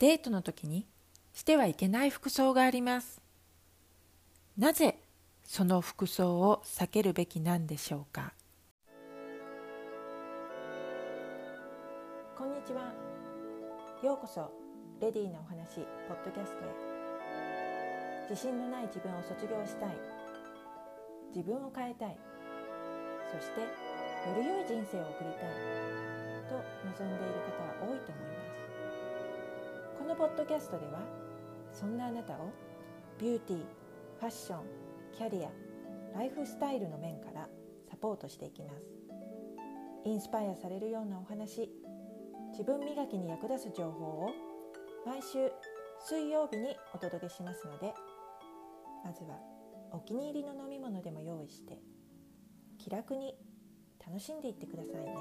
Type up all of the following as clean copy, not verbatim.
デートの時にしてはいけない服装があります。なぜその服装を避けるべきなんでしょうか。こんにちは。ようこそレディーなお話ポッドキャストへ。自信のない自分を卒業したい、自分を変えたい、そしてより良い人生を送りたいと望んでいる方は多いと思います。このポッドキャストではそんなあなたをビューティー、ファッション、キャリア、ライフスタイルの面からサポートしていきます。インスパイアされるようなお話、自分磨きに役立つ情報を毎週水曜日にお届けしますので、まずはお気に入りの飲み物でも用意して気楽に楽しんでいってくださいね。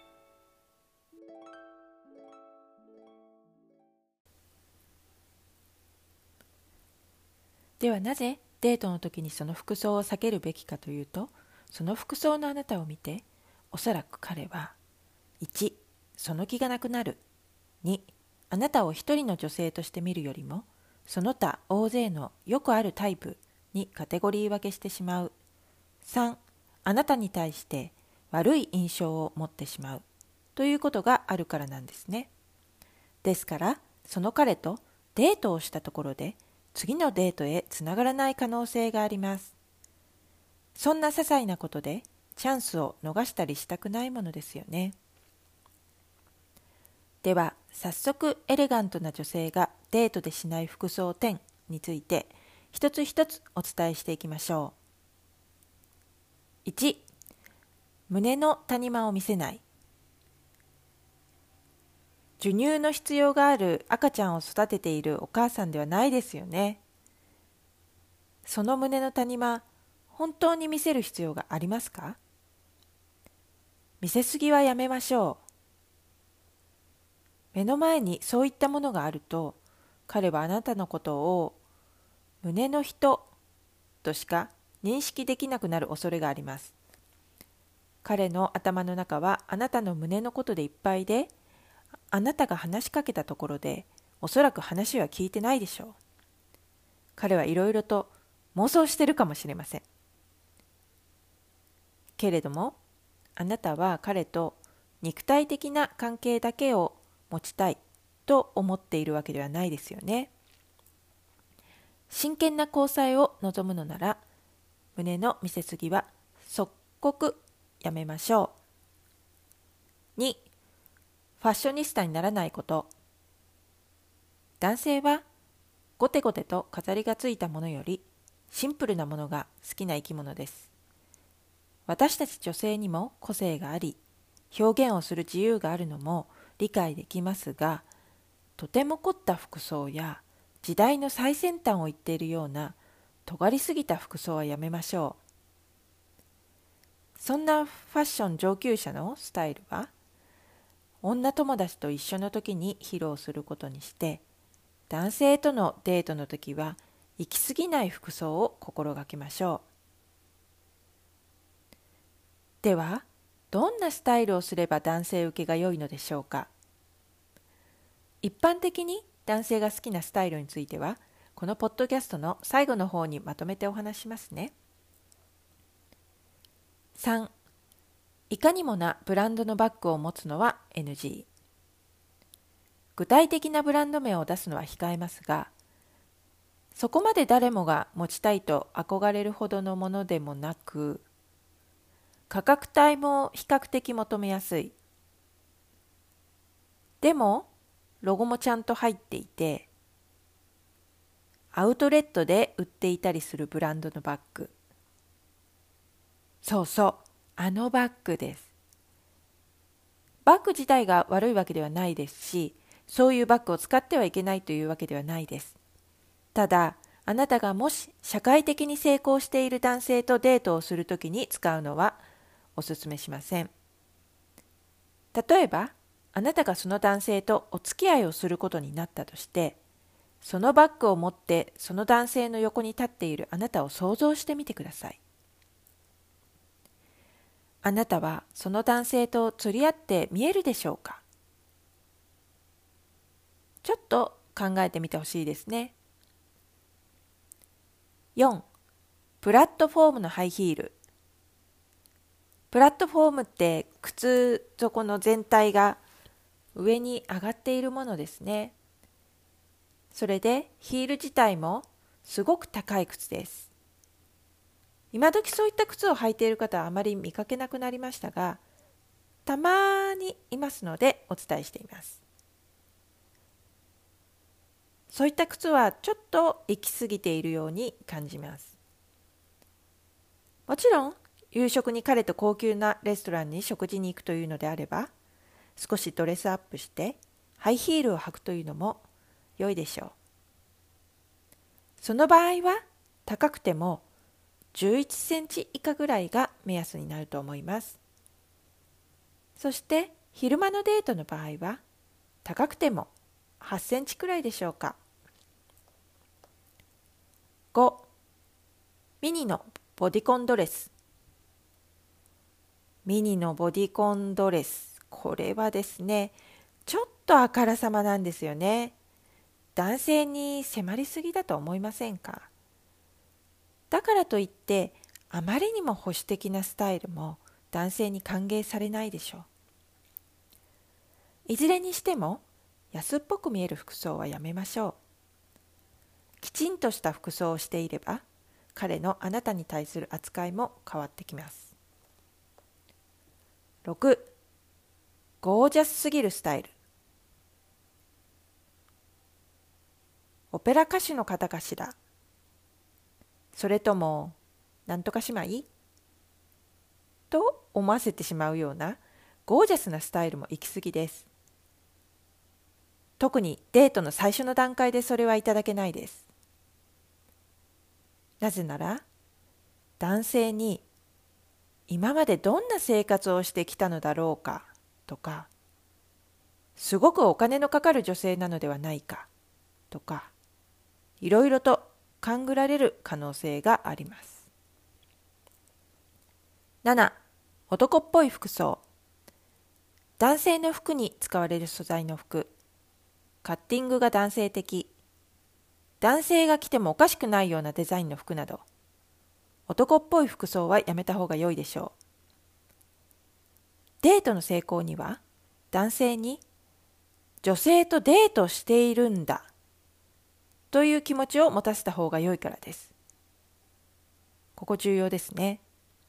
ではなぜデートの時にその服装を避けるべきかというと、その服装のあなたを見ておそらく彼は1、その気がなくなる。2、あなたを一人の女性として見るよりもその他大勢のよくあるタイプにカテゴリー分けしてしまう。3、あなたに対して悪い印象を持ってしまうということがあるからなんですね。ですからその彼とデートをしたところで次のデートへつながらない可能性があります。そんな些細なことでチャンスを逃したりしたくないものですよね。では早速エレガントな女性がデートでしない服装10について一つ一つお伝えしていきましょう。1、胸の谷間を見せない。授乳の必要がある赤ちゃんを育てているお母さんではないですよね。その胸の谷間、本当に見せる必要がありますか？見せすぎはやめましょう。目の前にそういったものがあると、彼はあなたのことを胸の人としか認識できなくなる恐れがあります。彼の頭の中はあなたの胸のことでいっぱいで、あなたが話しかけたところでおそらく話は聞いてないでしょう。彼はいろいろと妄想してるかもしれません。けれどもあなたは彼と肉体的な関係だけを持ちたいと思っているわけではないですよね。真剣な交際を望むのなら胸の見せすぎは即刻やめましょう。2、ファッショニスタにならないこと。男性はゴテゴテと飾りがついたものよりシンプルなものが好きな生き物です。私たち女性にも個性があり、表現をする自由があるのも理解できますが、とても凝った服装や時代の最先端を言っているような尖りすぎた服装はやめましょう。そんなファッション上級者のスタイルは女友達と一緒の時に披露することにして、男性とのデートの時は行き過ぎない服装を心がけましょう。では、どんなスタイルをすれば男性受けが良いのでしょうか。一般的に男性が好きなスタイルについては、このポッドキャストの最後の方にまとめてお話しますね。3、いかにもなブランドのバッグを持つのは NG。具体的なブランド名を出すのは控えますが、そこまで誰もが持ちたいと憧れるほどのものでもなく、価格帯も比較的求めやすい。でも、ロゴもちゃんと入っていて、アウトレットで売っていたりするブランドのバッグ。そうそう、あのバッグです。バッグ自体が悪いわけではないですし、そういうバッグを使ってはいけないというわけではないです。ただ、あなたがもし社会的に成功している男性とデートをするときに使うのはお勧めしません。例えば、あなたがその男性とお付き合いをすることになったとして、そのバッグを持ってその男性の横に立っているあなたを想像してみてください。あなたはその男性と釣り合って見えるでしょうか。ちょっと考えてみてほしいですね。4、プラットフォームのハイヒール。プラットフォームって靴底の全体が上に上がっているものですね。それでヒール自体もすごく高い靴です。今時そういった靴を履いている方はあまり見かけなくなりましたが、たまにいますのでお伝えしています。そういった靴はちょっと行き過ぎているように感じます。もちろん夕食に彼と高級なレストランに食事に行くというのであれば、少しドレスアップしてハイヒールを履くというのも良いでしょう。その場合は高くても11センチ以下ぐらいが目安になると思います。そして昼間のデートの場合は高くても8センチくらいでしょうか。5、ミニのボディコンドレス。ミニのボディコンドレス、これはですね、ちょっとあからさまなんですよね。男性に迫りすぎだと思いませんか？だからといってあまりにも保守的なスタイルも男性に歓迎されないでしょう。いずれにしても安っぽく見える服装はやめましょう。きちんとした服装をしていれば彼のあなたに対する扱いも変わってきます。6、ゴージャスすぎるスタイル。オペラ歌手の方かしら、それともなんとか姉妹と思わせてしまうようなゴージャスなスタイルも行き過ぎです。特にデートの最初の段階でそれはいただけないです。なぜなら男性に今までどんな生活をしてきたのだろうかとか、すごくお金のかかる女性なのではないかとか、いろいろと勘ぐられる可能性があります。7、男っぽい服装。男性の服に使われる素材の服、カッティングが男性的、男性が着てもおかしくないようなデザインの服など、男っぽい服装はやめた方が良いでしょう。デートの成功には、男性に女性とデートしているんだという気持ちを持たせた方が良いからです。ここ重要ですね。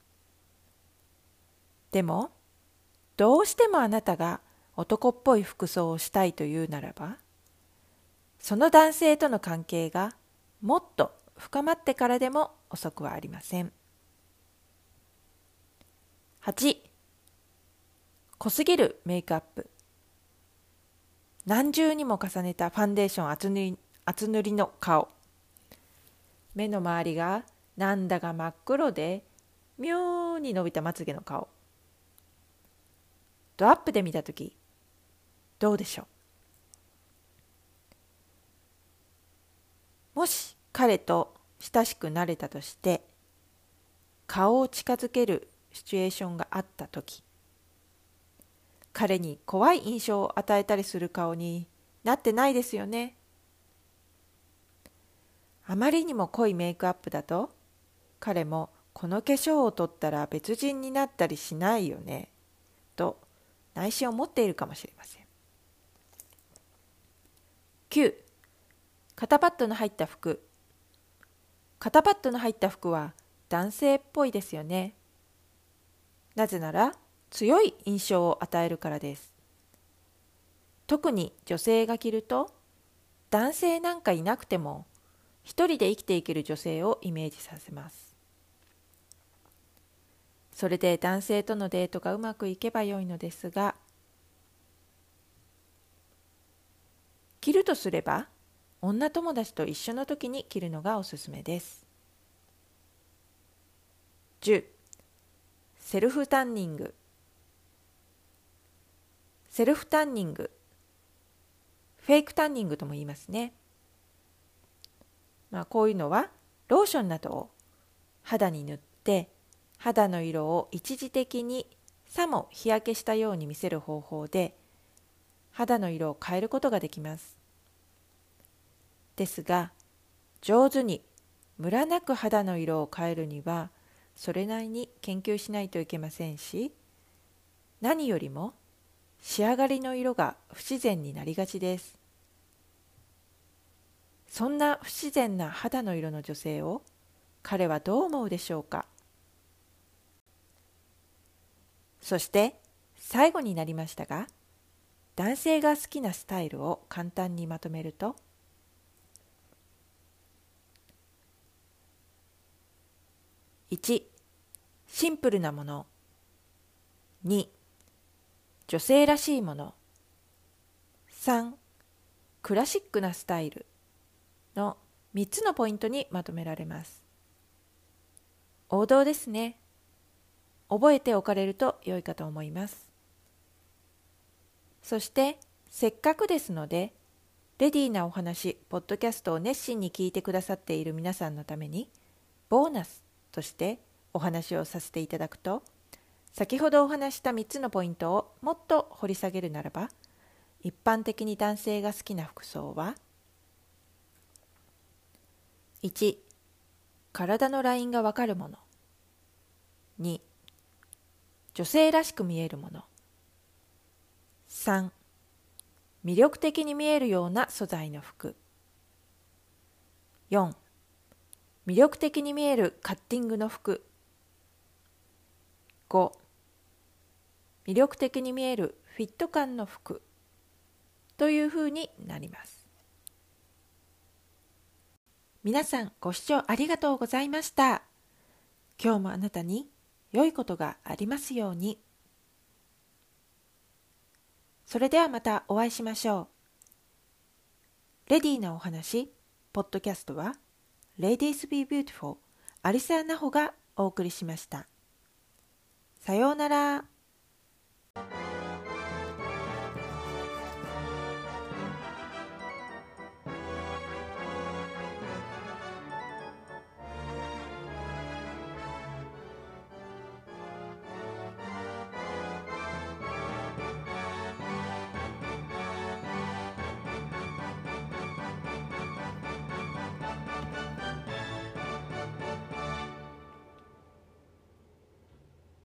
でも、どうしてもあなたが男っぽい服装をしたいというならば、その男性との関係がもっと深まってからでも遅くはありません。8、濃すぎるメイクアップ。何重にも重ねたファンデーション厚塗りの顔。目の周りがなんだか真っ黒で妙に伸びたまつげの顔。ドアップで見たときどうでしょう。もし彼と親しくなれたとして顔を近づけるシチュエーションがあったとき、彼に怖い印象を与えたりする顔になってないですよね。あまりにも濃いメイクアップだと彼もこの化粧を取ったら別人になったりしないよねと内心を持っているかもしれません。9、肩パッドの入った服。肩パッドの入った服は男性っぽいですよね。なぜなら強い印象を与えるからです。特に女性が着ると男性なんかいなくても一人で生きていける女性をイメージさせます。それで男性とのデートがうまくいけばよいのですが、着るとすれば女友達と一緒の時に着るのがおすすめです。10、セルフタンニング。セルフタンニング、フェイクタンニングとも言いますね。こういうのはローションなどを肌に塗って肌の色を一時的にさも日焼けしたように見せる方法で肌の色を変えることができます。 ですが、上手にムラなく肌の色を変えるにはそれなりに研究しないといけませんし、何よりも仕上がりの色が不自然になりがちです。そんな不自然な肌の色の女性を彼はどう思うでしょうか。そして最後になりましたが、男性が好きなスタイルを簡単にまとめると、1、シンプルなもの。2、女性らしいもの。3、クラシックなスタイルの3つのポイントにまとめられます。王道ですね。覚えておかれると良いかと思います。そしてせっかくですので、レディーなお話ポッドキャストを熱心に聞いてくださっている皆さんのためにボーナスとしてお話をさせていただくと、先ほどお話した3つのポイントをもっと掘り下げるならば、一般的に男性が好きな服装は、1、体のラインがわかるもの。2、女性らしく見えるもの。3、魅力的に見えるような素材の服。4、魅力的に見えるカッティングの服。5、魅力的に見えるフィット感の服というふうになります。皆さんご視聴ありがとうございました。今日もあなたに良いことがありますように。それではまたお会いしましょう。レディーなお話ポッドキャストは Ladies Be Beautiful アリサ・ナホがお送りしました。さようなら。